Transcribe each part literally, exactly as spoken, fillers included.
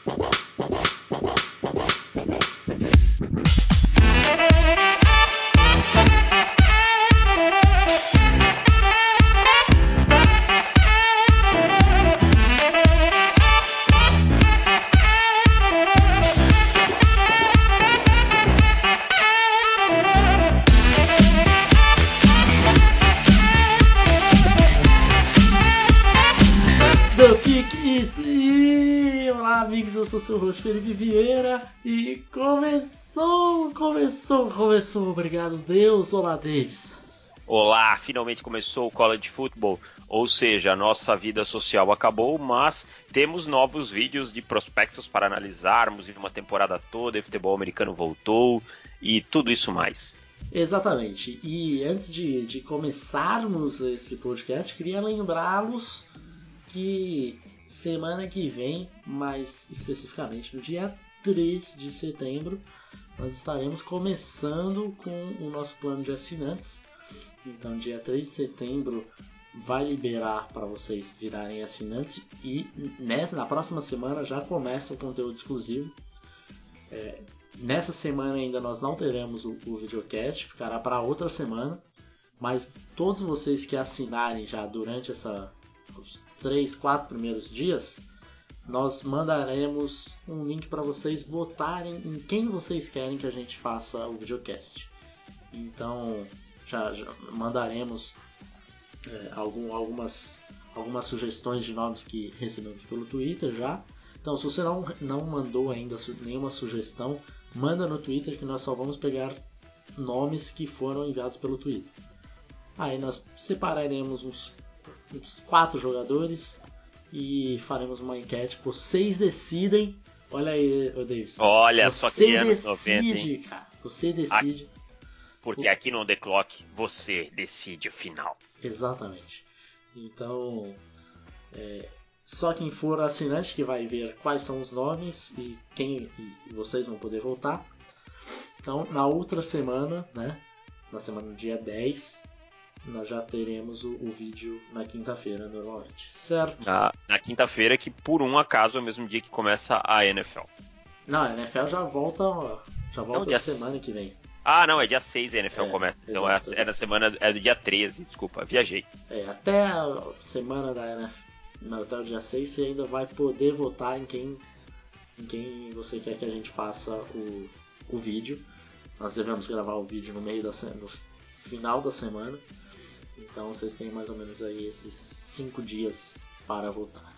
Eu sou seu host Felipe Vieira e começou, começou, começou, obrigado Deus, olá Davis. Olá, finalmente começou o College Football, ou seja, a nossa vida social acabou, mas temos novos vídeos de prospectos para analisarmos em uma temporada toda, o futebol americano voltou e tudo isso mais. Exatamente, e antes de, de começarmos esse podcast, queria lembrá-los que semana que vem, mais especificamente no dia três de setembro, nós estaremos começando com o nosso plano de assinantes. Então, dia três de setembro vai liberar para vocês virarem assinantes e nessa, na próxima semana já começa o conteúdo exclusivo. É, nessa semana ainda nós não teremos o, o videocast, ficará para outra semana, mas todos vocês que assinarem já durante essa os três, quatro primeiros dias, nós mandaremos um link para vocês votarem em quem vocês querem que a gente faça o videocast. Então, já, já mandaremos é, algum, algumas, algumas sugestões de nomes que recebemos pelo Twitter já. Então, se você não, não mandou ainda su- nenhuma sugestão, manda no Twitter que nós só vamos pegar nomes que foram enviados pelo Twitter. Aí nós separaremos uns uns quatro jogadores e faremos uma enquete. Vocês decidem. Olha aí, ô Davis. Olha você só que anos decide, noventa, hein? cara. Você decide. Aqui, porque aqui no The Clock você decide o final. Exatamente. Então, é, só quem for assinante que vai ver quais são os nomes e quem e vocês vão poder votar. Então, na outra semana, né? Na semana do dia dez, nós já teremos o, o vídeo na quinta-feira, normalmente. Certo? Na, na quinta-feira, que por um acaso é o mesmo dia que começa a N F L. Não, a N F L já volta, já volta Então, dia... semana que vem. Ah, não, é dia seis a N F L É, começa. Então exato, é, exato. é na semana, é do dia treze, desculpa, viajei. É, até a semana da N F L, até o dia seis, você ainda vai poder votar em quem, em quem você quer que a gente faça o, o vídeo. Nós devemos gravar o vídeo no meio da no final da semana. Então vocês têm mais ou menos aí esses cinco dias para votar.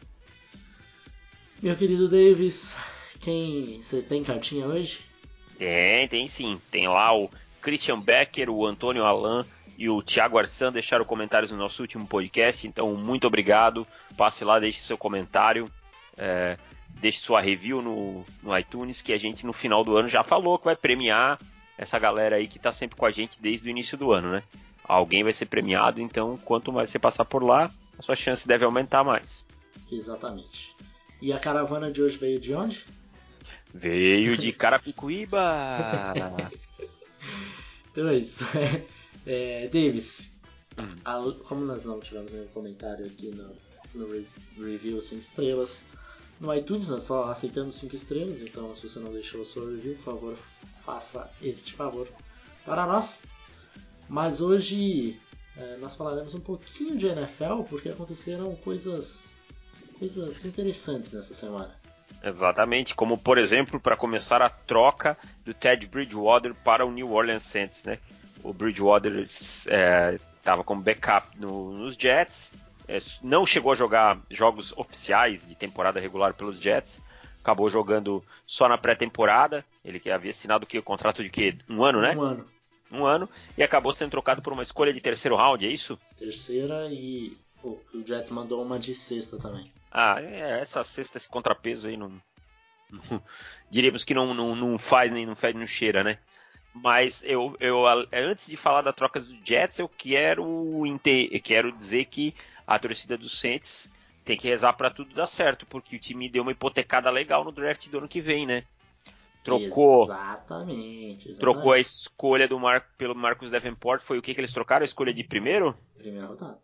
Meu querido Davis, quem você tem cartinha hoje? Tem, tem sim. Tem lá o Christian Becker, o Antônio Alan e o Thiago Arsan deixaram comentários no nosso último podcast. Então, muito obrigado. Passe lá, deixe seu comentário. É, deixe sua review no, no iTunes, que a gente no final do ano já falou que vai premiar essa galera aí que está sempre com a gente desde o início do ano, né? Alguém vai ser premiado, então quanto mais você passar por lá, a sua chance deve aumentar mais. Exatamente. E a caravana de hoje veio de onde? Veio de Carapicuíba! Então é isso. É, Davis, hum. a, como nós não tivemos nenhum comentário aqui no, no re, review cinco estrelas, no iTunes nós só aceitamos cinco estrelas, então se você não deixou a sua review, por favor, faça este favor para nós. Mas hoje é, nós falaremos um pouquinho de N F L, porque aconteceram coisas, coisas interessantes nessa semana. Exatamente, como por exemplo, para começar a troca do Ted Bridgewater para o New Orleans Saints, né? O Bridgewater estava é, como backup no, nos Jets, é, não chegou a jogar jogos oficiais de temporada regular pelos Jets, acabou jogando só na pré-temporada. Ele que havia assinado o, o contrato de que um ano, né? Um ano. Um ano, e acabou sendo trocado por uma escolha de terceiro round, é isso? Terceira e oh, o Jets mandou uma de sexta também. Ah, é, essa sexta, esse contrapeso aí não, não diríamos que não, não, não faz nem não fede, não cheira, né? Mas eu, eu antes de falar da troca dos Jets, eu quero, eu quero dizer que a torcida dos Saints tem que rezar para tudo dar certo, porque o time deu uma hipotecada legal no draft do ano que vem, né? Trocou, exatamente, exatamente. Trocou a escolha do Mar, pelo Marcus Davenport. Foi o que, que eles trocaram? A escolha de primeiro? Primeira rodada.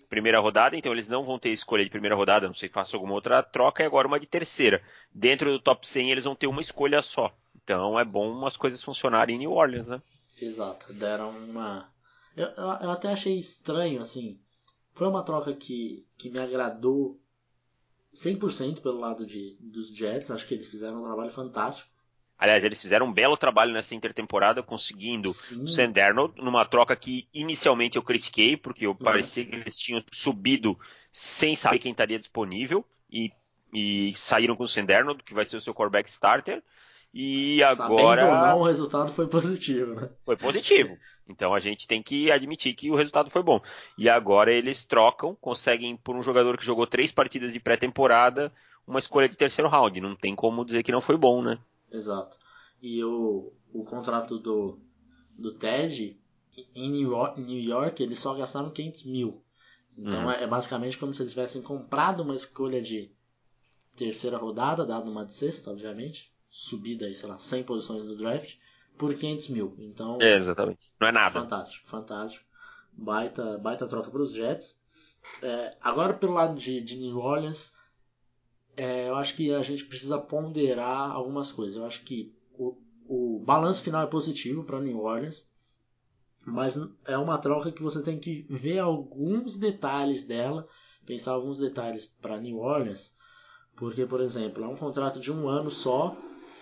primeira rodada, então eles não vão ter escolha de primeira rodada, não sei que faça alguma outra troca, e agora uma de terceira. Dentro do top cem eles vão ter uma escolha só. Então é bom as coisas funcionarem em New Orleans, né? Exato, deram uma... Eu, eu, eu até achei estranho, assim, foi uma troca que, que me agradou cem por cento pelo lado de, dos Jets, acho que eles fizeram um trabalho fantástico. Aliás, eles fizeram um belo trabalho nessa intertemporada, conseguindo Sim. o Sam Darnold, numa troca que inicialmente eu critiquei, porque eu Uhum. parecia que eles tinham subido sem saber quem estaria disponível, e, e saíram com o Sam Darnold, que vai ser o seu quarterback starter, e Sabendo ou agora não, o resultado foi positivo, né? foi positivo. Então a gente tem que admitir que o resultado foi bom. E agora eles trocam, conseguem, por um jogador que jogou três partidas de pré-temporada, uma escolha de terceiro round. Não tem como dizer que não foi bom, né? Exato. E o, o contrato do, do Ted, em New York, New York, eles só gastaram quinhentos mil. Então Uhum. é, é basicamente como se eles tivessem comprado uma escolha de terceira rodada, dado uma de sexta, obviamente, subida aí, sei lá, cem posições do draft, por quinhentos mil. Então, É, exatamente. Não é nada. fantástico, fantástico. Baita, baita troca para os Jets. É, agora, pelo lado de, de New Orleans, é, eu acho que a gente precisa ponderar algumas coisas. Eu acho que o, o balanço final é positivo para New Orleans, mas é uma troca que você tem que ver alguns detalhes dela, pensar alguns detalhes para New Orleans, porque, por exemplo, é um contrato de um ano só,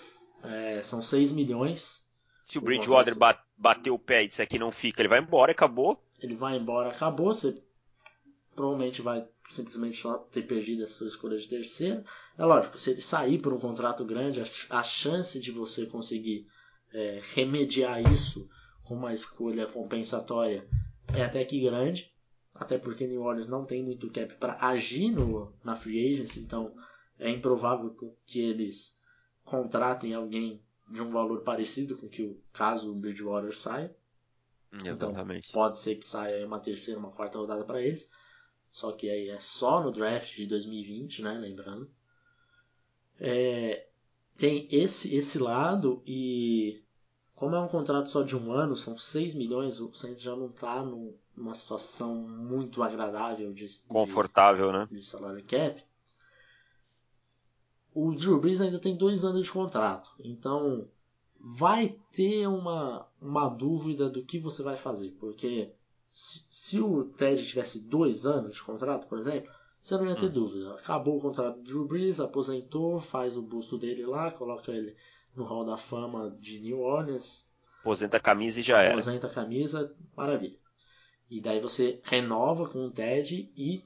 é, são seis milhões. Se o O Bridgewater contrato, ba- bater o pé e disser que não fica, ele vai embora, acabou. ele vai embora, acabou. Você provavelmente vai simplesmente só ter perdido a sua escolha de terceiro. É lógico, se ele sair por um contrato grande, a chance de você conseguir é, remediar isso com uma escolha compensatória é até que grande, até porque New Orleans não tem muito cap para agir no, na free agency, então é improvável que eles contratem alguém de um valor parecido com que o caso o Bridgewater saia. Exatamente. Então pode ser que saia uma terceira, uma quarta rodada para eles. Só que aí é só no draft de dois mil e vinte, né? Lembrando. É, tem esse, esse lado e como é um contrato só de um ano, são seis milhões, o Saints já não está numa situação muito agradável de, de, Confortável, né? de salary cap. O Drew Brees ainda tem dois anos de contrato, então vai ter uma, uma dúvida do que você vai fazer, porque se, se o Ted tivesse dois anos de contrato, por exemplo, você não ia ter Hum. dúvida. Acabou o contrato do Drew Brees, aposentou, faz o busto dele lá, coloca ele no Hall da Fama de New Orleans, Aposenta a camisa e já era. aposenta a camisa, maravilha. E daí você renova com o Ted e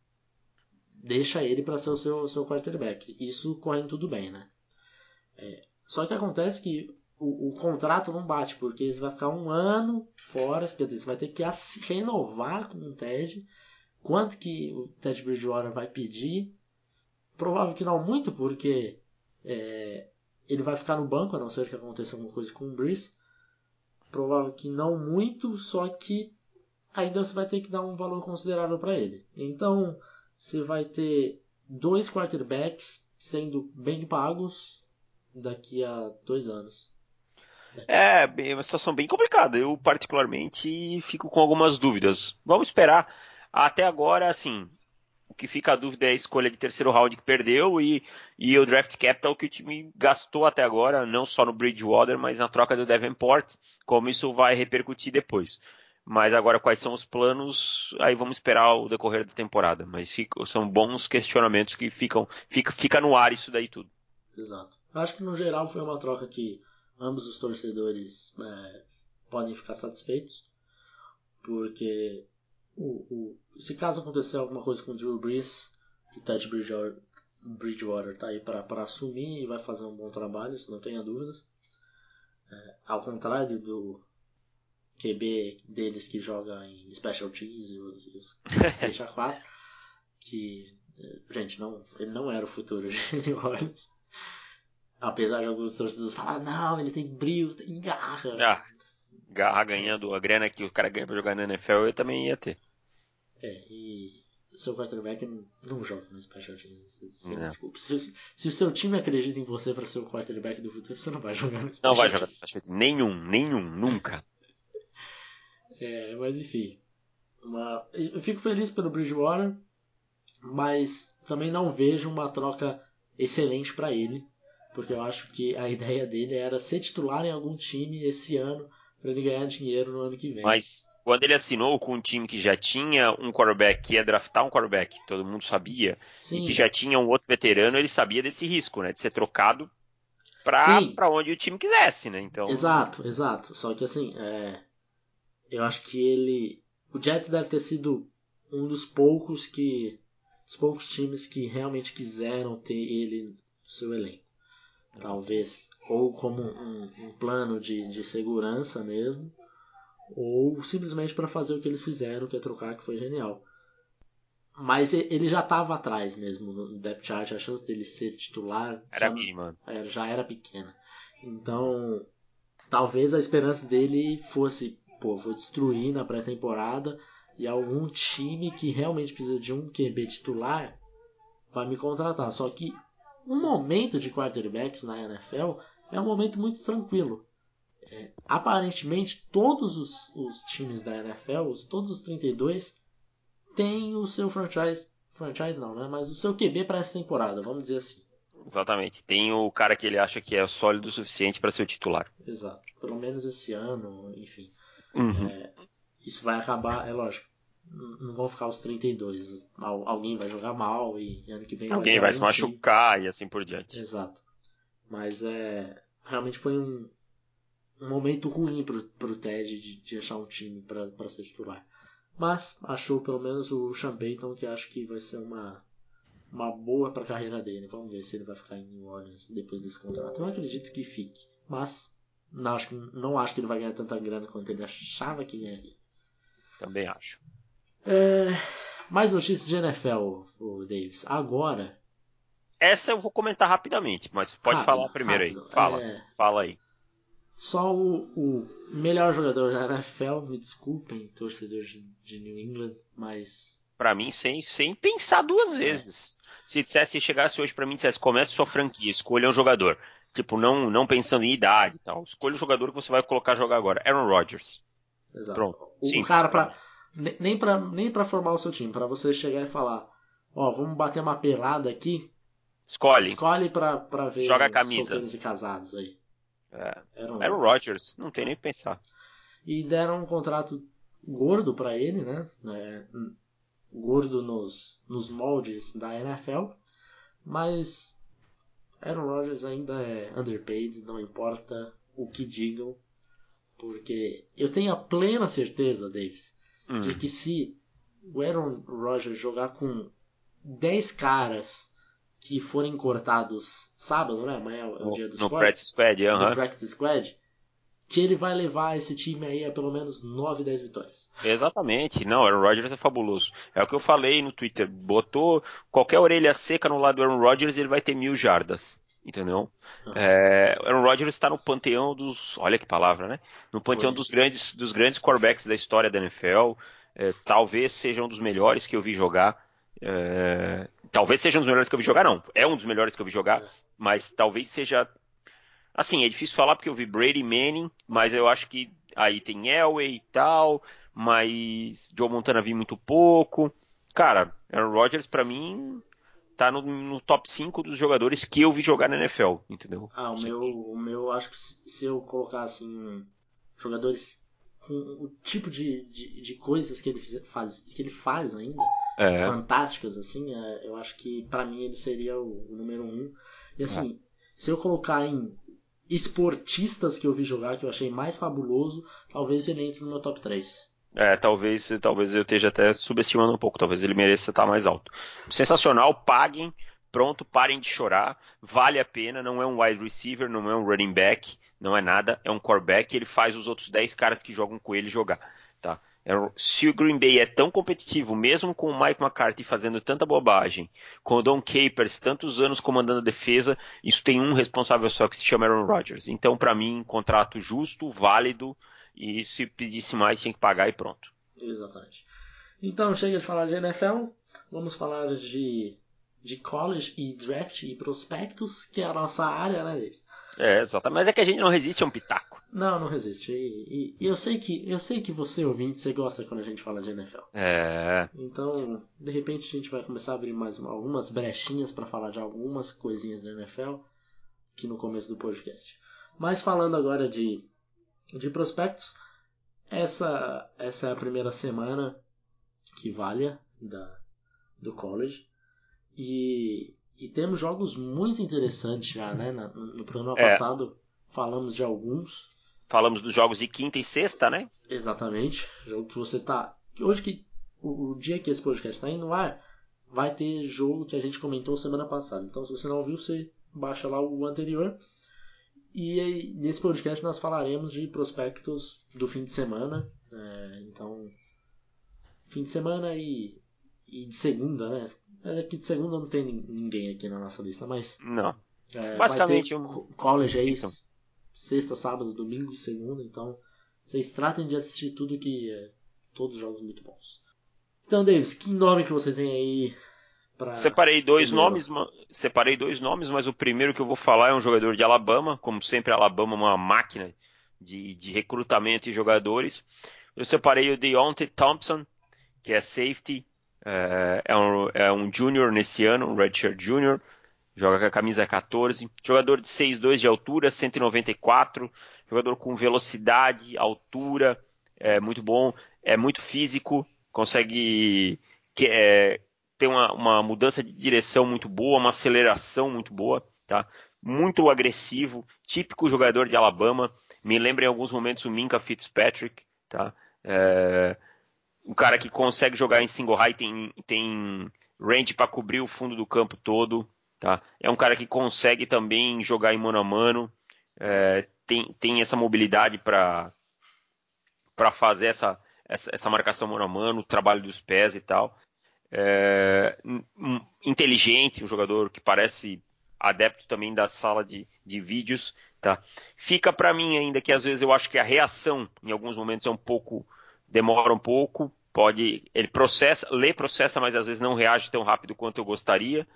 deixa ele para ser o seu, seu quarterback. Isso correndo tudo bem, né? É, só que acontece que o, o contrato não bate, porque você vai ficar um ano fora, quer dizer, você vai ter que renovar com o Ted. Quanto que o Ted Bridgewater vai pedir? Provável que não muito, porque é, ele vai ficar no banco, a não ser que aconteça alguma coisa com o Breeze. Provável que não muito, só que ainda você vai ter que dar um valor considerável para ele. Então, você vai ter dois quarterbacks sendo bem pagos daqui a dois anos. É, bem- é uma situação bem complicada. Eu, particularmente, fico com algumas dúvidas. Vamos esperar. Até agora, assim, o que fica a dúvida é a escolha de terceiro round que perdeu e, e o draft capital que o time gastou até agora, não só no Bridgewater, mas na troca do Davenport, como isso vai repercutir depois. Mas agora, quais são os planos? Aí vamos esperar o decorrer da temporada. Mas fica- são bons questionamentos que ficam, fica, fica no ar isso daí tudo. Exato. Acho que no geral foi uma troca que ambos os torcedores é, podem ficar satisfeitos, porque o, o, se caso acontecer alguma coisa com o Drew Brees, o Ted Bridgewater, Bridgewater tá aí para assumir e vai fazer um bom trabalho, isso não tenha dúvidas. É, ao contrário do Q B deles que joga em Special Teams e os, e os cacete a quatro, que, gente, não, ele não era o futuro de New Orleans. Apesar de alguns torcedores falarem, não, ele tem brilho, tem garra. Ah, garra ganhando a grana que o cara ganha pra jogar na N F L, eu também ia ter. É, e o seu quarterback não joga no Special Teams. Você me Não, desculpe. Se, se o seu time acredita em você para ser o quarterback do futuro, você não vai jogar no não vai Special jogar Teams. nenhum, nenhum, nunca. É, mas enfim. uma... Eu fico feliz pelo Bridgewater, mas também não vejo uma troca excelente para ele, porque eu acho que a ideia dele era ser titular em algum time esse ano para ele ganhar dinheiro no ano que vem. Mas quando ele assinou com um time que já tinha um quarterback, que ia draftar um quarterback, todo mundo sabia, Sim. e que já tinha um outro veterano, ele sabia desse risco, né, de ser trocado Sim. para onde o time quisesse, né? Então, exato, exato. Só que assim, é... eu acho que ele, o Jets deve ter sido um dos poucos que, dos poucos times que realmente quiseram ter ele no seu elenco. Talvez ou como um, um plano de, de segurança mesmo, ou simplesmente para fazer o que eles fizeram, que é trocar, que foi genial. Mas ele já estava atrás mesmo no depth chart, a chance dele ser titular era já, mínima. já era pequena. Então, talvez a esperança dele fosse, pô, vou destruir na pré-temporada e algum time que realmente precisa de um Q B titular vai me contratar. Só que um momento de quarterbacks na N F L é um momento muito tranquilo. É, aparentemente, todos os, os times da N F L, todos os trinta e dois, têm o seu franchise, franchise não, né? Mas o seu Q B para essa temporada, vamos dizer assim. Exatamente. Tem o cara que ele acha que é sólido o suficiente para ser o titular. Exato. Pelo menos esse ano, enfim. Uhum. É, isso vai acabar, é lógico. Não vão ficar os trinta e dois. Alguém vai jogar mal e ano que vem Alguém vai vai ter se algum time. machucar e assim por diante. Exato. Mas é, realmente foi um, um momento ruim pro, pro Ted de, de achar um time para ser titular. Mas achou pelo menos o Sean Payton, que acho que vai ser uma, uma boa para a carreira dele. Vamos ver se ele vai ficar em New Orleans depois desse contrato. Eu acredito que fique. Mas não acho, não acho que ele vai ganhar tanta grana quanto ele achava que ganharia. Também acho. É, mais notícias de N F L, o Davis. Agora. Essa eu vou comentar rapidamente, mas pode Rápido, falar primeiro aí. rápido. Fala. É, Fala aí. só o, o melhor jogador da N F L, me desculpem, torcedores de, de New England, mas. Pra mim, sem, sem pensar duas vezes. É. Se dissesse, se chegasse hoje pra mim e dissesse, comece sua franquia, escolha um jogador. Tipo, não, não pensando em idade e tal. Escolha o jogador que você vai colocar jogar agora. Aaron Rodgers. Exato. Pronto. O, o Simples cara, pra pra, mim. nem, pra, nem pra formar o seu time, pra você chegar e falar: Ó, vamos bater uma pelada aqui. Escolhe. Escolhe pra, pra ver Joga a os camisa. solteiros e casados aí. É. Aaron, Aaron Rodgers. Rodgers. Não tem nem o que pensar. E deram um contrato gordo pra ele, né? É, gordo nos, nos moldes da N F L. Mas Aaron Rodgers ainda é underpaid, não importa o que digam. Porque eu tenho a plena certeza, Davis, Hum. de que se o Aaron Rodgers jogar com dez caras que forem cortados sábado, né? Amanhã é o No, dia dos no cortes. practice squad, No aham. practice squad. Que ele vai levar esse time aí a pelo menos nove, dez vitórias. Exatamente. Não, Aaron Rodgers é fabuloso. É o que eu falei no Twitter. Botou qualquer orelha seca no lado do Aaron Rodgers, ele vai ter mil jardas. Entendeu? Uhum. É, Aaron Rodgers está no panteão dos. Olha que palavra, né? No panteão dos grandes, dos grandes quarterbacks da história da N F L. É, talvez seja um dos melhores que eu vi jogar. É, talvez seja um dos melhores que eu vi jogar, não. É um dos melhores que eu vi jogar. É. Mas talvez seja. Assim, é difícil falar porque eu vi Brady e Manning, mas eu acho que aí tem Elway e tal, mas Joe Montana vi muito pouco. Cara, Aaron Rodgers pra mim tá no, no top cinco dos jogadores que eu vi jogar na N F L, entendeu? Ah, o meu, o meu, acho que se se eu colocar assim, jogadores com o tipo de, de, de coisas que ele faz, que ele faz ainda, É, fantásticas, assim, é, eu acho que pra mim ele seria o, o número um. E assim, se eu colocar em esportistas que eu vi jogar, que eu achei mais fabuloso, talvez ele entre no meu top três. é, talvez, talvez eu esteja até subestimando um pouco, talvez ele mereça estar mais alto. Sensacional, paguem, pronto, parem de chorar, vale a pena, não é um wide receiver, não é um running back, não é nada, é um quarterback, ele faz os outros dez caras que jogam com ele jogar, tá? Se o Green Bay é tão competitivo, mesmo com o Mike McCarthy fazendo tanta bobagem, com o Don Capers tantos anos comandando a defesa, isso tem um responsável só que se chama Aaron Rodgers. Então, para mim, contrato justo, válido, e se pedisse mais, tinha que pagar e pronto. Exatamente. Então, chega de falar de N F L, vamos falar de, de college e draft e prospectos, que é a nossa área, né, Davis? É, exatamente. Mas é que a gente não resiste a um pitaco. Não, não resiste. E, e- e eu sei que eu sei que você, ouvinte, você gosta quando a gente fala de N F L. É. Então, de repente, a gente vai começar a abrir mais uma- algumas brechinhas para falar de algumas coisinhas da N F L aqui no começo do podcast. Mas falando agora de, de prospectos, essa, essa é a primeira semana que valha da, do college. E, e temos jogos muito interessantes já, né? Na- No programa É. passado falamos de alguns. Falamos dos jogos de quinta e sexta, né? Exatamente. Jogo que você tá. Hoje que. O, o dia que esse podcast tá indo no ar, vai ter jogo que a gente comentou semana passada. Então, se você não viu, você baixa lá o anterior. E aí, nesse podcast nós falaremos de prospectos do fim de semana. É, então, fim de semana e, e de segunda, né? É que de segunda não tem ninguém aqui na nossa lista, mas Não. é, vai ter Basicamente um. college aí Então. sexta, sábado, domingo e segunda. Então, vocês tratem de assistir tudo que é, todos os jogos muito bons. Então, Davis, que nome que você tem aí para Separei dois primeiro? nomes, ma- separei dois nomes, mas o primeiro que eu vou falar é um jogador de Alabama, como sempre Alabama é uma máquina de, de recrutamento de jogadores. Eu separei o Deontay Thompson, que é safety, é, é um, é um junior nesse ano, um redshirt junior, joga com a camisa quatorze, jogador de seis dois de altura, cento e noventa e quatro, jogador com velocidade, altura, é muito bom, é muito físico, consegue que, é, ter uma, uma mudança de direção muito boa, uma aceleração muito boa, tá? Muito agressivo, típico jogador de Alabama, me lembra em alguns momentos o Minka Fitzpatrick, tá? É, um cara que consegue jogar em single high, tem, tem range para cobrir o fundo do campo todo, tá? É um cara que consegue também jogar em mano a mano, é, tem, tem essa mobilidade para para fazer essa, essa, essa marcação mano a mano, o trabalho dos pés e tal. É, um, inteligente, um jogador que parece adepto também da sala de, de vídeos, tá? Fica para mim ainda que às vezes eu acho que a reação em alguns momentos é um pouco, demora um pouco, pode, ele processa, lê, processa, mas às vezes não reage tão rápido quanto eu gostaria,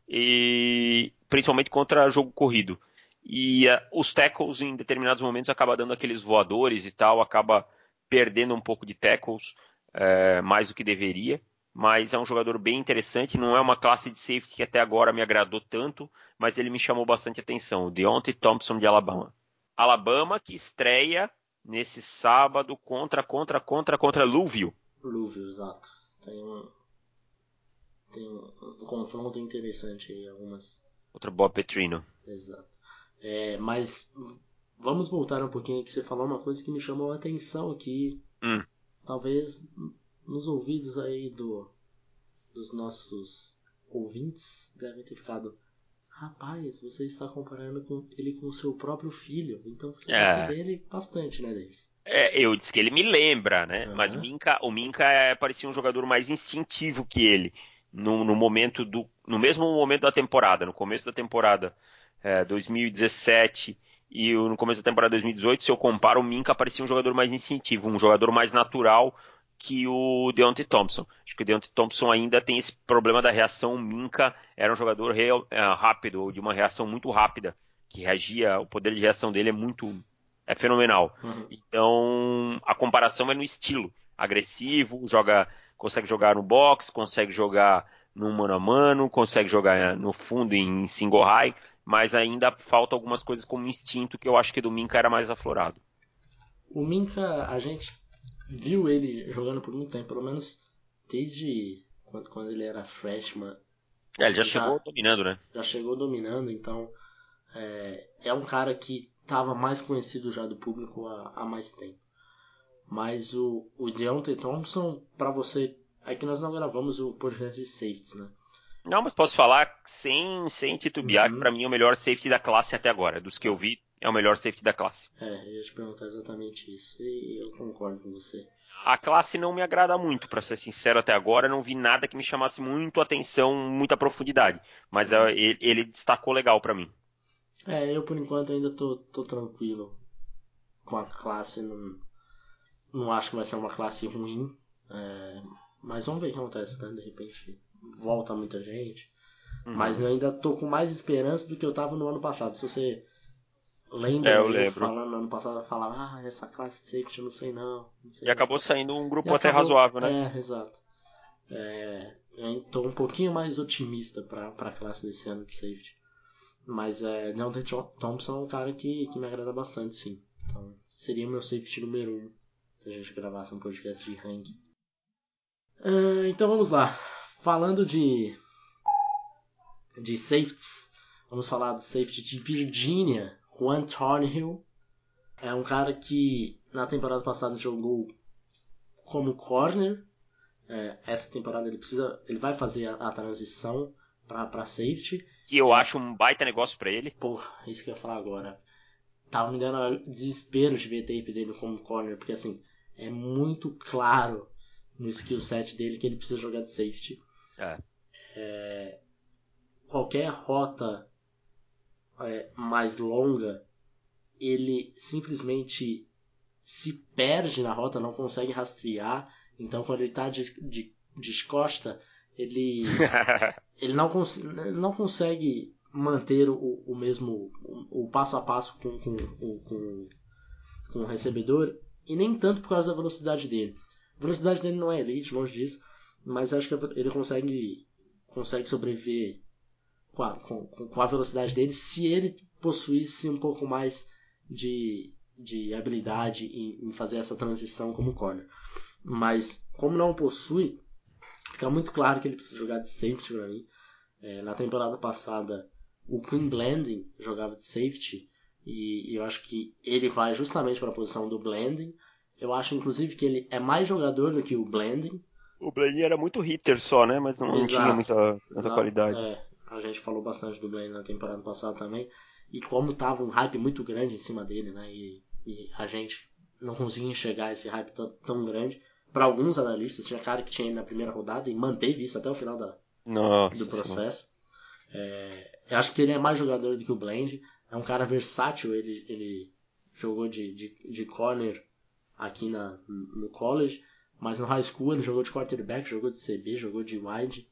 e principalmente contra jogo corrido. E uh, os tackles em determinados momentos acaba dando aqueles voadores e tal, acaba perdendo um pouco de tackles, uh, mais do que deveria, mas é um jogador bem interessante, não é uma classe de safety que até agora me agradou tanto, mas ele me chamou bastante atenção, o Deontay Thompson de Alabama. Alabama que estreia nesse sábado contra, contra, contra, contra Louisville. Louisville, exato. Tem um, tem um, um confronto interessante aí, algumas. Contra Bob Petrino. Exato. É, mas vamos voltar um pouquinho que você falou uma coisa que me chamou a atenção aqui. Hum. Talvez nos ouvidos aí do, dos nossos ouvintes devem ter ficado: rapaz, você está comparando com ele com o seu próprio filho, então você gosta É, dele bastante, né, Davis? é, eu disse que ele me lembra, né? Mas o Aham. Minka, o Minka é, parecia um jogador mais instintivo que ele. No, no momento do, no mesmo momento da temporada, no começo da temporada é, dois mil e dezessete e no começo da temporada dois mil e dezoito, se eu comparo, o Minka parecia um jogador mais instintivo, um jogador mais natural que o Deontay Thompson. Acho que o Deontay Thompson ainda tem esse problema da reação. O Minka era um jogador real, é, rápido, ou de uma reação muito rápida, que reagia, o poder de reação dele é muito, é fenomenal. Uhum. Então, a comparação é no estilo. Agressivo, joga, consegue jogar no box, consegue jogar no mano a mano, consegue jogar no fundo em single high, mas ainda falta algumas coisas como instinto que eu acho que do Minka era mais aflorado. O Minka, a gente viu ele jogando por muito tempo, pelo menos desde quando, quando ele era freshman. É, ele já Ele chegou já, dominando, né? já chegou dominando, então é, é um cara que estava mais conhecido já do público há, há mais tempo. Mas o, o Deontay Thompson, pra você, aqui nós não gravamos o podcast de safeties, né? Não, mas posso falar sem, sem titubear que Uhum. pra mim é o melhor safety da classe até agora. Dos que eu Tá. vi, é o melhor safety da classe. É, eu ia te perguntar exatamente isso e eu concordo com você. A classe não me agrada muito, pra ser sincero, até agora. Eu não vi nada que me chamasse muito atenção, muita profundidade. Mas Uhum. é, ele, ele destacou legal pra mim. É, eu por enquanto ainda tô, tô tranquilo com a classe, não, não acho que vai ser uma classe ruim, é, mas vamos ver o que acontece, né? De repente volta muita gente, mas Uhum. eu ainda tô com mais esperança do que eu tava no ano passado. Se você Lembra, É, eu eu lembro. falando ano passado, eu falava, ah, essa classe de safety eu não sei não. não sei E não. acabou saindo um grupo E até acabou, razoável, né? é, exato. É, eu tô um pouquinho mais otimista pra, pra classe desse ano de safety. Mas é, Deontay Thompson é um cara que, que me agrada bastante, sim. Então, seria meu safety número um, se a gente gravasse um podcast de ranking. Uh, então vamos lá. Falando de, de safeties, vamos falar do safety de Virginia, Juan Thornhill. É um cara que na temporada passada jogou como corner. É, essa temporada ele precisa, ele vai fazer a, a transição para safety. Que eu é, acho um baita negócio pra ele. Porra, isso que eu ia falar agora. Tava me dando desespero de ver tape dele como corner, porque assim, é muito claro no skill set dele que ele precisa jogar de safety. É. É, qualquer rota é, mais longa, ele simplesmente se perde na rota, não consegue rastrear. Então, quando ele está de, de, descosta, ele, ele não, cons não consegue manter o, o mesmo o, o passo a passo com, com, com, com o recebedor, e nem tanto por causa da velocidade dele. A velocidade dele não é elite, longe disso, mas acho que ele consegue, consegue sobreviver com a, com, com a velocidade dele se ele possuísse um pouco mais de, de habilidade em, em fazer essa transição como corner. Mas, como não possui, fica muito claro que ele precisa jogar de safety para mim. É, na temporada passada, o Quinn Blanding jogava de safety e, e eu acho que ele vai justamente para a posição do Blanding. Eu acho, inclusive, que ele é mais jogador do que o Blanding. O Blanding era muito hitter só, né? Mas não, não tinha Exato. muita, muita Não, qualidade. é, a gente falou bastante do Blanding na temporada passada também. E como tava um hype muito grande em cima dele, né? E, e a gente não conseguia enxergar esse hype tão, tão grande. Para alguns analistas, tinha cara que tinha ele na primeira rodada e manteve isso até o final da, Nossa do senhora. processo. É, eu acho que ele é mais jogador do que o Bland. É um cara versátil. Ele, ele jogou de, de, de corner aqui na, no college, mas no high school ele jogou de quarterback, jogou de C B, jogou de wide.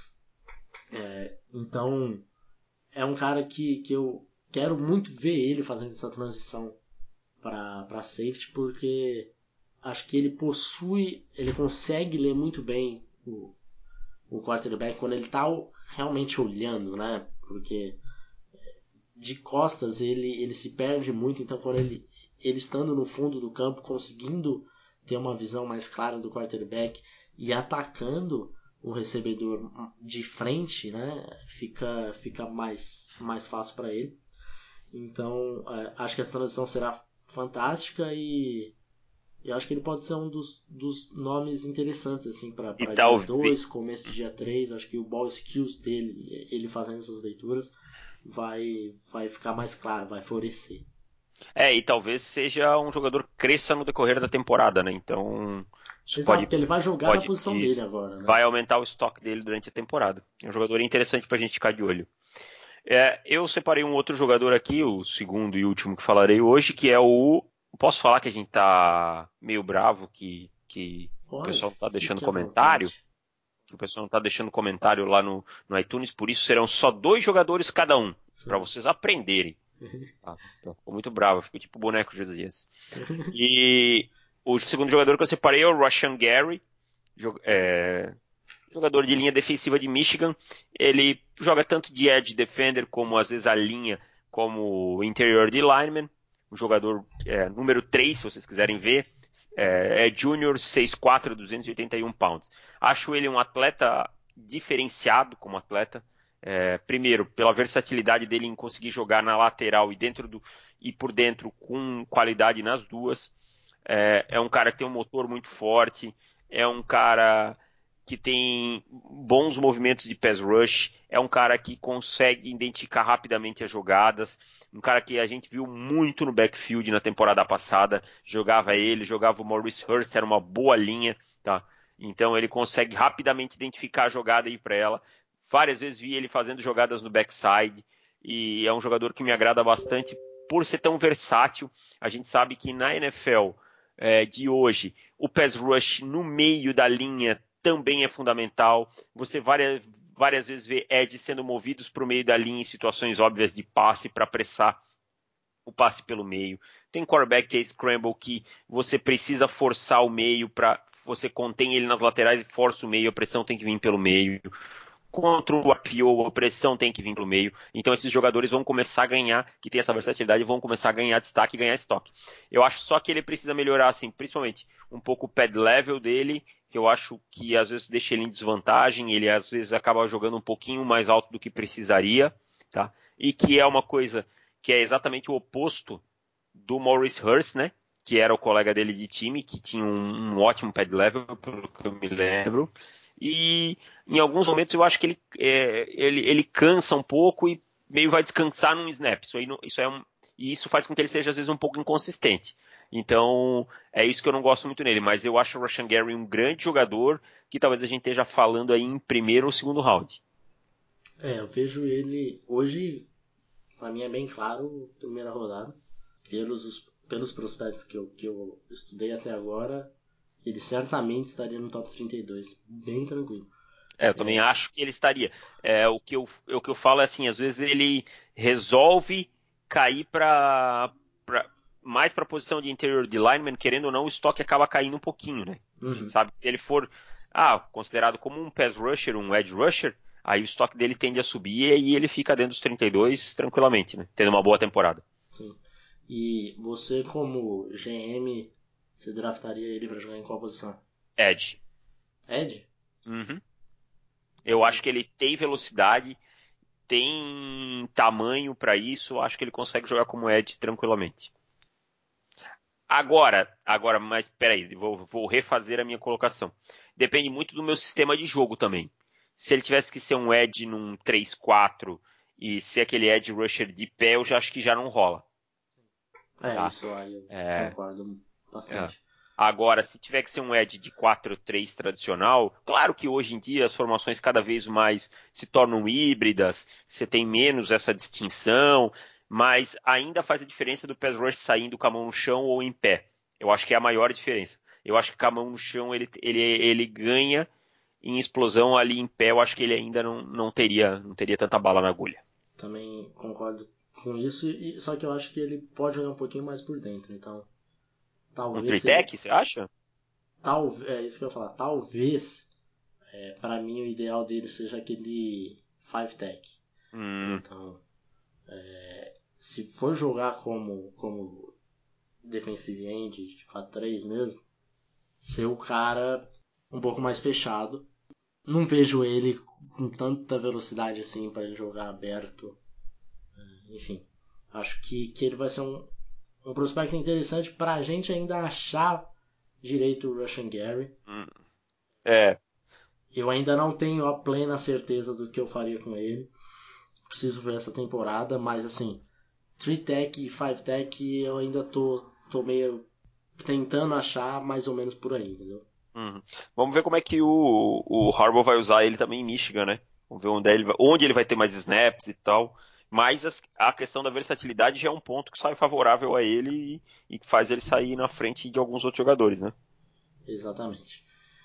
É, então é um cara que, que eu quero muito ver ele fazendo essa transição para safety, porque acho que ele possui, ele consegue ler muito bem o, o quarterback quando ele está realmente olhando, né? Porque de costas ele, ele se perde muito, então quando ele, ele estando no fundo do campo, conseguindo ter uma visão mais clara do quarterback e atacando o recebedor de frente, né, fica, fica mais, mais fácil para ele. Então, é, acho que essa transição será fantástica e eu acho que ele pode ser um dos, dos nomes interessantes assim para dia talvez... dois, começo de dia três. Acho que o ball skills dele, ele fazendo essas leituras, vai, vai ficar mais claro, vai florescer. É, e talvez seja um jogador que cresça no decorrer da temporada, né? Então, isso Exato, pode, porque ele vai jogar na pode, posição dele isso agora, né? vai aumentar o estoque dele durante a temporada. É um jogador interessante pra gente ficar de olho. É, eu separei um outro jogador aqui, o segundo e último que falarei hoje, que é o... Posso falar que a gente tá meio bravo, que, que o Pode, pessoal não tá deixando fique à comentário? vontade. Que o pessoal não tá deixando comentário lá no, no iTunes, por isso serão só dois jogadores cada um, pra vocês aprenderem. Ah, ficou muito bravo, ficou tipo boneco Josias. E o segundo jogador que eu separei é o Rashan Gary, é, jogador de linha defensiva de Michigan. Ele joga tanto de edge defender como às vezes a linha, como interior de lineman. Um jogador é, número três, se vocês quiserem ver. É, é júnior, seis quatro, duzentos e oitenta e um pounds. Acho ele um atleta diferenciado como atleta. É, primeiro, pela versatilidade dele em conseguir jogar na lateral e, dentro do, e por dentro com qualidade nas duas. É, é um cara que tem um motor muito forte. É um cara que tem bons movimentos de pass rush, é um cara que consegue identificar rapidamente as jogadas, um cara que a gente viu muito no backfield na temporada passada, jogava ele, jogava o Maurice Hurst, era uma boa linha, tá? Então ele consegue rapidamente identificar a jogada e ir para ela. Várias vezes vi ele fazendo jogadas no backside, e é um jogador que me agrada bastante por ser tão versátil. A gente sabe que na N F L é, de hoje, o pass rush no meio da linha também é fundamental. Você várias, várias vezes vê edge sendo movidos para o meio da linha em situações óbvias de passe para pressar o passe pelo meio. Tem um quarterback que é scramble, que você precisa forçar o meio para você contém ele nas laterais e força o meio, a pressão tem que vir pelo meio. Contra o R P O, a pressão tem que vir pelo meio. Então esses jogadores vão começar a ganhar, que tem essa versatilidade, vão começar a ganhar destaque e ganhar estoque. Eu acho só que ele precisa melhorar, assim, principalmente um pouco o pad level dele, que eu acho que às vezes deixa ele em desvantagem, ele às vezes acaba jogando um pouquinho mais alto do que precisaria, tá? E que é uma coisa que é exatamente o oposto do Maurice Hurst, né? Que era o colega dele de time, que tinha um, um ótimo pad level, pelo que eu me lembro. E em alguns momentos eu acho que ele, é, ele, ele cansa um pouco e meio vai descansar num snap. Isso, aí, isso é um, e isso faz com que ele seja às vezes um pouco inconsistente. Então é isso que eu não gosto muito nele. Mas eu acho o Rashan Gary um grande jogador que talvez a gente esteja falando aí em primeiro ou segundo round. É, eu vejo ele hoje, pra mim é bem claro, primeira rodada. Pelos, os, pelos prospectos que eu, que eu estudei até agora, ele certamente estaria no top trinta e dois, bem tranquilo. É, eu também é. acho que ele estaria. É, o, que eu, o que eu falo é assim, às vezes ele resolve cair para mais para a posição de interior de lineman, querendo ou não, o estoque acaba caindo um pouquinho, né? Uhum. A gente sabe que se ele for ah, considerado como um pass rusher, um edge rusher, aí o estoque dele tende a subir e aí ele fica dentro dos trinta e dois tranquilamente, né? Tendo uma boa temporada. Sim. E você, como G M, você draftaria ele para jogar em qual posição? Edge. Edge? Uhum. Eu acho que ele tem velocidade, tem tamanho para isso, acho que ele consegue jogar como Edge tranquilamente. Agora, agora, mas peraí, vou, vou refazer a minha colocação. Depende muito do meu sistema de jogo também. Se ele tivesse que ser um Edge num três quatro e ser aquele Edge Rusher de pé, eu já acho que já não rola. É, tá? isso aí eu é, concordo bastante. É. Agora, se tiver que ser um Edge de quatro três tradicional, claro que hoje em dia as formações cada vez mais se tornam híbridas, você tem menos essa distinção, mas ainda faz a diferença do pass rush saindo com a mão no chão ou em pé. Eu acho que é a maior diferença. Eu acho que com a mão no chão ele, ele, ele ganha em explosão, ali em pé eu acho que ele ainda não, não, teria, não teria tanta bala na agulha. Também concordo com isso, e, só que eu acho que ele pode jogar um pouquinho mais por dentro, então talvez... Um tritec, ele... você acha? Tal, é isso que eu ia falar. Talvez, é, para mim, o ideal dele seja aquele five tech. Hum. Então, é, se for jogar como, como defensive end de quatro três mesmo, ser o cara um pouco mais fechado. Não vejo ele com tanta velocidade assim para ele jogar aberto. Enfim, acho que, que ele vai ser um, um prospecto interessante para a gente ainda achar direito o Rashan Gary. Hum. É. Eu ainda não tenho a plena certeza do que eu faria com ele. Preciso ver essa temporada, mas assim, três tech e cinco tech eu ainda tô, tô meio tentando achar mais ou menos por aí, entendeu? Uhum. Vamos ver como é que o, o Harbaugh vai usar ele também em Michigan, né? Vamos ver onde ele vai, onde ele vai ter mais snaps e tal. Mas as, a questão da versatilidade já é um ponto que sai favorável a ele e, e faz ele sair na frente de alguns outros jogadores, né? Exatamente.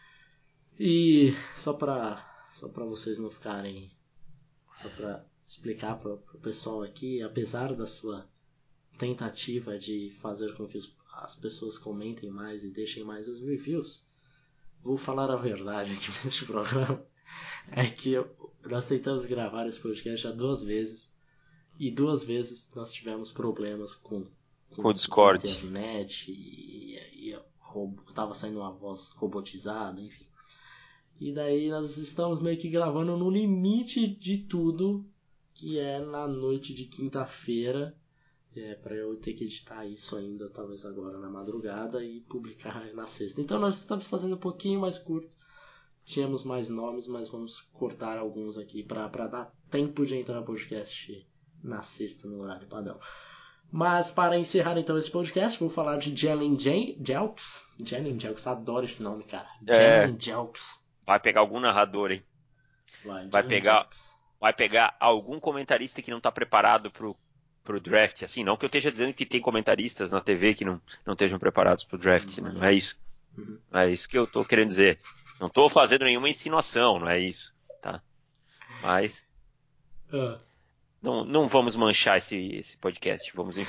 E só pra, só pra vocês não ficarem... Só pra explicar pro, pro pessoal aqui, apesar da sua tentativa de fazer com que os, as pessoas comentem mais e deixem mais as reviews, vou falar a verdade aqui neste programa. É que eu, nós tentamos gravar esse podcast já duas vezes e duas vezes nós tivemos problemas com, com, Com o Discord. internet e, e, e tava saindo uma voz robotizada, enfim. E daí nós estamos meio que gravando no limite de tudo, que é na noite de quinta-feira, é, para eu ter que editar isso ainda, talvez agora na madrugada, e publicar na sexta. Então nós estamos fazendo um pouquinho mais curto. Tínhamos mais nomes, mas vamos cortar alguns aqui para dar tempo de entrar no podcast na sexta, no horário padrão. Mas para encerrar então esse podcast, vou falar de Jalen Jelks. Jalen Jelks, adoro esse nome, cara. É, Jalen Jelks. vai pegar algum narrador, hein? Vai, Vai Jalen pegar, Jelks. vai pegar algum comentarista que não tá preparado pro, pro draft, assim, não que eu esteja dizendo que tem comentaristas na T V que não, não estejam preparados pro draft, Hum, né? Não é isso. Uhum. Não é isso que eu tô querendo dizer. Não tô fazendo nenhuma insinuação, não é isso, tá? Mas Uh. não, não vamos manchar esse, esse podcast, vamos em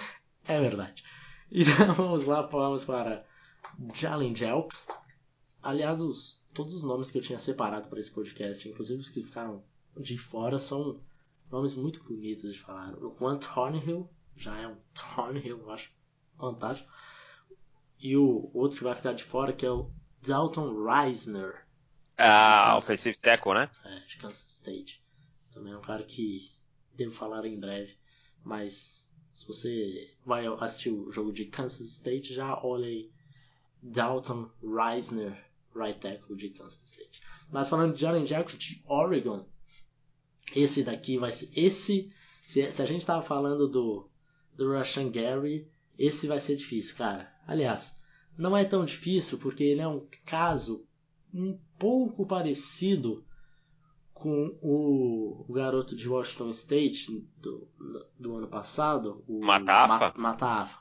É verdade. Então vamos lá, vamos para Jalen Jelks. Aliás, os, todos os nomes que eu tinha separado para esse podcast, inclusive os que ficaram de fora, são nomes muito bonitos de falar. O Juan Thornhill, já é um Thornhill, eu acho fantástico. E o outro que vai ficar de fora, que é o Dalton Reisner. Ah, offensive tackle, né? É, de Kansas State. Também é um cara que devo falar em breve. Mas se você vai assistir o jogo de Kansas State, já olha aí Dalton Reisner, right tackle de Kansas State. Mas falando de Jalen Jackson de Oregon, esse daqui vai ser... Esse, se, se a gente tava falando do, do Rashan Gary, esse vai ser difícil, cara. Aliás, não é tão difícil porque ele é um caso um pouco parecido com o, o garoto de Washington State do, do ano passado, o Matafa. Matafa,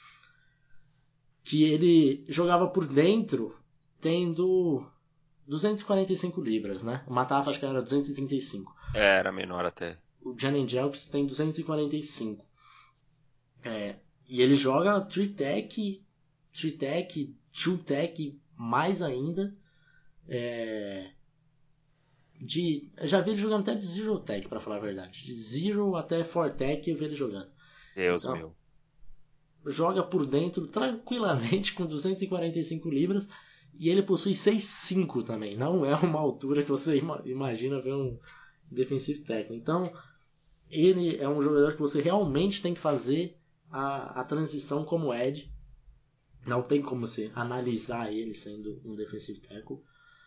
que ele jogava por dentro tendo duzentas e quarenta e cinco libras, né? O Matafa acho que era duzentos e trinta e cinco. É, era menor até. O Jalen Jelks tem duzentos e quarenta e cinco. É, e ele joga three-tech, three-tech, two-tech, mais ainda. É, de, eu já vi ele jogando até de zero tech, pra falar a verdade. De zero até four tech eu vi ele jogando. Deus então, meu. Joga por dentro tranquilamente com duzentas e quarenta e cinco libras. E ele possui seis cinco também. Não é uma altura que você imagina ver um defensive tackle. Então, ele é um jogador que você realmente tem que fazer a, a transição como edge. Não tem como você analisar ele sendo um defensive tackle.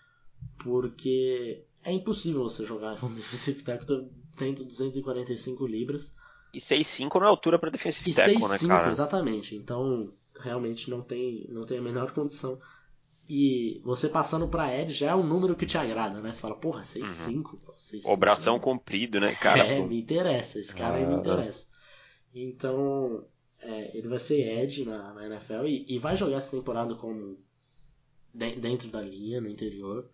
Porque é impossível você jogar um defensive tackle tendo duzentas e quarenta e cinco libras. E seis cinco não é altura para defensive e tackle, seis né, cinco, cara? Exatamente. Então, realmente não tem, não tem a menor condição. E você passando pra Edge já é um número que te agrada, né? Você fala, porra, seis cinco. Uhum. O bração comprido, né, cara? É, me interessa. Esse cara ah. aí me interessa. Então, é, ele vai ser Edge na, na N F L e, e vai jogar essa temporada como de, dentro da linha, no interior.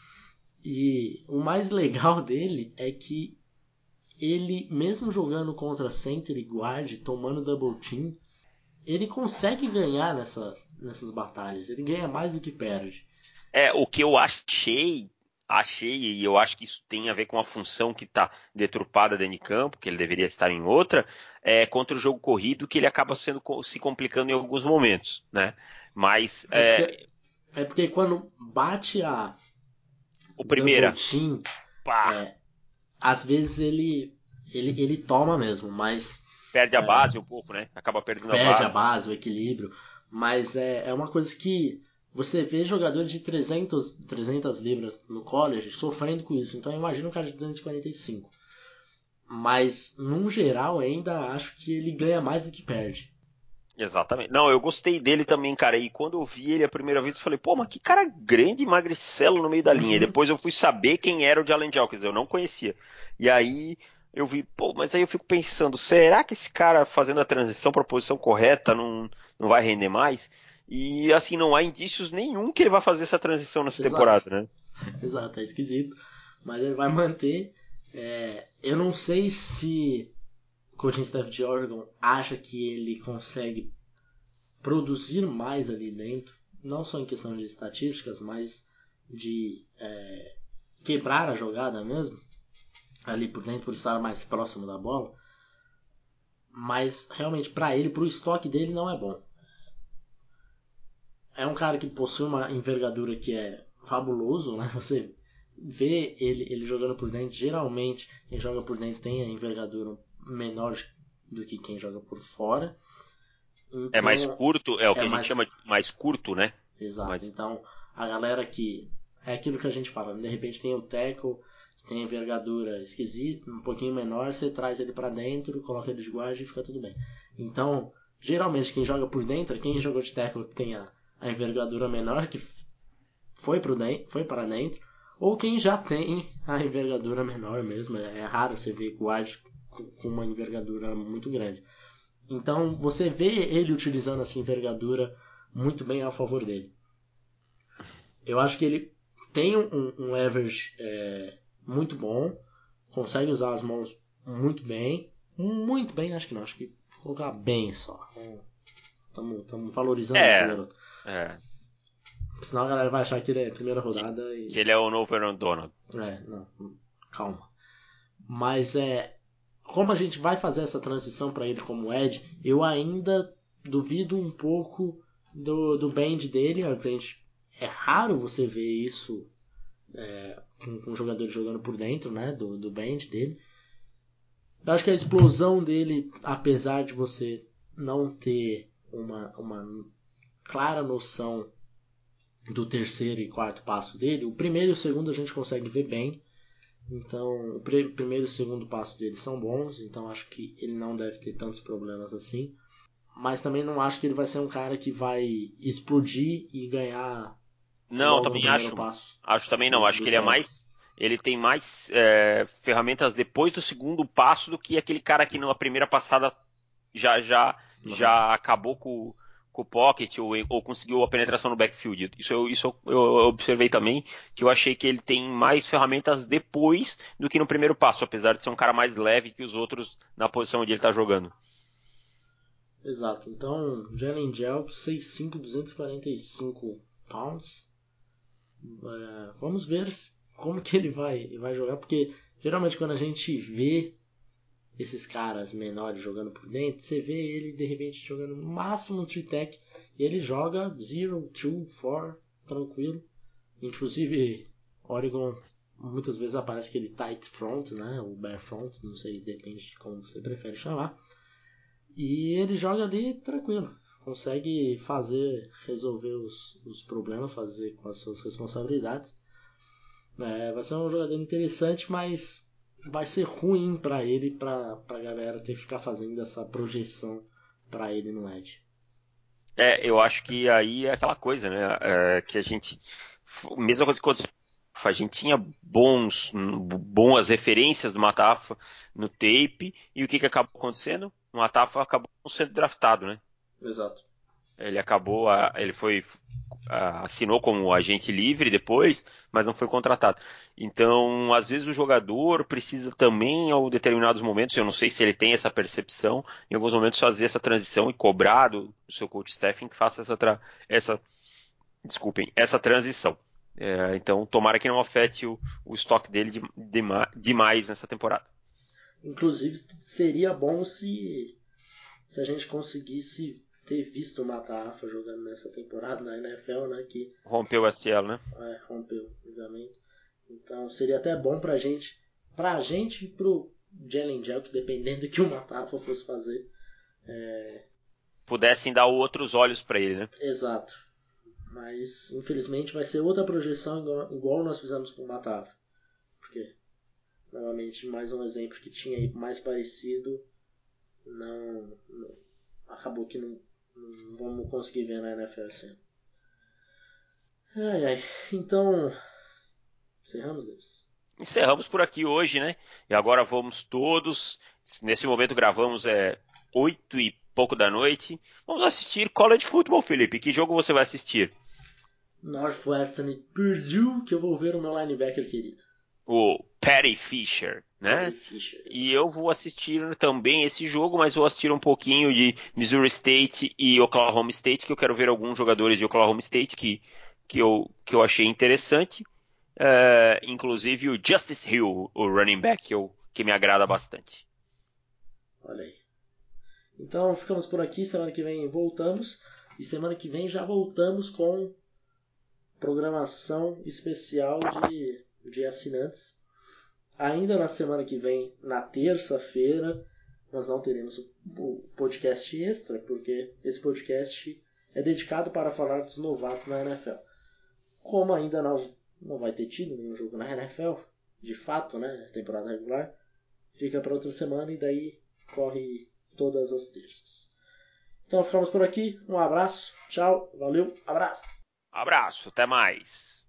E o mais legal dele é que ele, mesmo jogando contra center e guard, tomando double team, ele consegue ganhar nessa, nessas batalhas. Ele ganha mais do que perde. É, o que eu achei, achei, e eu acho que isso tem a ver com a função que está deturpada dentro de campo, que ele deveria estar em outra, é contra o jogo corrido, que ele acaba sendo, se complicando em alguns momentos, né? Mas... É porque, é, é porque quando bate a o primeira, double team, é, às vezes ele, ele, ele toma mesmo, mas... Perde a é, base um pouco, né? Acaba perdendo perde a base. Perde a base, o equilíbrio, mas é, é uma coisa que você vê jogadores de trezentas, trezentas libras no college sofrendo com isso. Então imagina um cara de duzentas e quarenta e cinco. Mas, num geral, ainda acho que ele ganha mais do que perde. Exatamente. Não, eu gostei dele também, cara. E quando eu vi ele a primeira vez, eu falei, pô, mas que cara grande, magricelo no meio da linha. E depois eu fui saber quem era o Jalen Jelks, eu não conhecia. E aí eu vi, pô, mas aí eu fico pensando, será que esse cara fazendo a transição para a posição correta não, não vai render mais? E assim, não há indícios nenhum que ele vai fazer essa transição nessa Exato. temporada, né? Exato, é esquisito. Mas ele vai manter. É, eu não sei se o coaching staff de Oregon acha que ele consegue produzir mais ali dentro, não só em questão de estatísticas, mas de é, quebrar a jogada mesmo, ali por dentro, por estar mais próximo da bola. Mas realmente, para ele, para o estoque dele, não é bom. É um cara que possui uma envergadura que é fabuloso, né? Você vê ele, ele jogando por dentro, geralmente quem joga por dentro tem a envergadura menor do que quem joga por fora. Então, é mais curto, é o que é a gente mais... chama de mais curto, né? Exato. Mas... Então, a galera que... É aquilo que a gente fala, de repente tem o tackle, que tem a envergadura esquisita, um pouquinho menor, você traz ele para dentro, coloca ele de guarda e fica tudo bem. Então, geralmente quem joga por dentro é quem jogou de tackle que tem a, a envergadura menor, que foi, pro de... foi para dentro, ou quem já tem a envergadura menor mesmo. É raro você ver guard com uma envergadura muito grande. Então você vê ele utilizando essa envergadura muito bem a favor dele. Eu acho que ele tem um, um leverage é, muito bom, consegue usar as mãos muito bem, muito bem, acho que não, acho que Vou colocar bem só. Estamos valorizando É, esse garoto. É. Senão a galera vai achar que ele é primeira rodada. Que, e... que ele é o novo Aaron Donald. É, não, calma. Mas é. Como a gente vai fazer essa transição para ele como Ed, eu ainda duvido um pouco do, do bend dele. A gente, é raro você ver isso é, com, com jogadores jogando por dentro, né? Do, do bend dele. Eu acho que a explosão dele, apesar de você não ter uma, uma clara noção do terceiro e quarto passo dele, o primeiro e o segundo a gente consegue ver bem. Então, o primeiro e o segundo passo dele são bons, então acho que ele não deve ter tantos problemas assim. Mas também não acho que ele vai ser um cara que vai explodir e ganhar Não, logo no também primeiro acho. passo Acho também não. do, Acho do que ele é tempo. mais. Ele tem mais é, ferramentas depois do segundo passo do que aquele cara que na primeira passada já já Uhum. já acabou com, com o pocket ou, ou conseguiu a penetração no backfield. Isso, eu, isso eu, eu observei também, que eu achei que ele tem mais ferramentas depois do que no primeiro passo, apesar de ser um cara mais leve que os outros na posição onde ele está jogando. Exato. Então, Jalen Jelp, seis cinco, duzentos e quarenta e cinco pounds. É, vamos ver como que ele vai, vai jogar, porque geralmente quando a gente vê esses caras menores jogando por dentro, você vê ele de repente jogando no máximo um three-tech e ele joga zero, two, four, tranquilo. Inclusive, Oregon muitas vezes aparece aquele tight front, né? O bare front, não sei, depende de como você prefere chamar. E ele joga ali tranquilo. Consegue fazer, resolver os, os problemas, fazer com as suas responsabilidades. É, vai ser um jogador interessante, mas vai ser ruim para ele, pra, pra galera ter que ficar fazendo essa projeção para ele no Edge. É, eu acho que aí é aquela coisa, né? É, que a gente. Mesma coisa que quando a gente tinha bons, boas referências do Matafa no tape, e o que, que acabou acontecendo? O Matafa acabou sendo draftado, né? Exato. Ele acabou, ele foi, assinou como agente livre depois, mas não foi contratado. Então, às vezes o jogador precisa também, em determinados momentos, eu não sei se ele tem essa percepção, em alguns momentos fazer essa transição e cobrar do seu coach staffing que faça essa, tra essa desculpem, essa transição. É, então, tomara que não afete o, o estoque dele de, de, demais nessa temporada. Inclusive, seria bom se, se a gente conseguisse ter visto o Matafa jogando nessa temporada na N F L, né? Que rompeu o S L, né? É, rompeu o ligamento. Então seria até bom pra gente, pra gente e pro Jalen Jelks, dependendo do que o Matafa fosse fazer. É... Pudessem dar outros olhos para ele, né? Exato. Mas infelizmente vai ser outra projeção igual, igual nós fizemos com o Matafa. Porque, novamente, mais um exemplo que tinha aí mais parecido, não, não acabou que não, não vamos conseguir ver na N F L assim. Ai, ai. Então, encerramos, Davis. Encerramos por aqui hoje, né? E agora vamos todos. Nesse momento gravamos é oito e pouco da noite. Vamos assistir College Football, Felipe. Que jogo você vai assistir? Northwestern e Purdue, que eu vou ver o meu linebacker querido. O Patty Fisher, né? Patty Fisher, E eu vou assistir também esse jogo, mas vou assistir um pouquinho de Missouri State e Oklahoma State, que eu quero ver alguns jogadores de Oklahoma State que, que, eu, que eu achei interessante. Uh, inclusive o Justice Hill, o running back, que, eu, que me agrada bastante. Olha aí. Então ficamos por aqui, semana que vem voltamos. E semana que vem já voltamos com programação especial de, de assinantes. Ainda na semana que vem, na terça-feira, nós não teremos o podcast extra, porque esse podcast é dedicado para falar dos novatos na N F L. Como ainda nós não vai ter tido nenhum jogo na N F L, de fato, né, temporada regular, fica para outra semana e daí corre todas as terças. Então ficamos por aqui, um abraço, tchau, valeu, abraço. Abraço, até mais.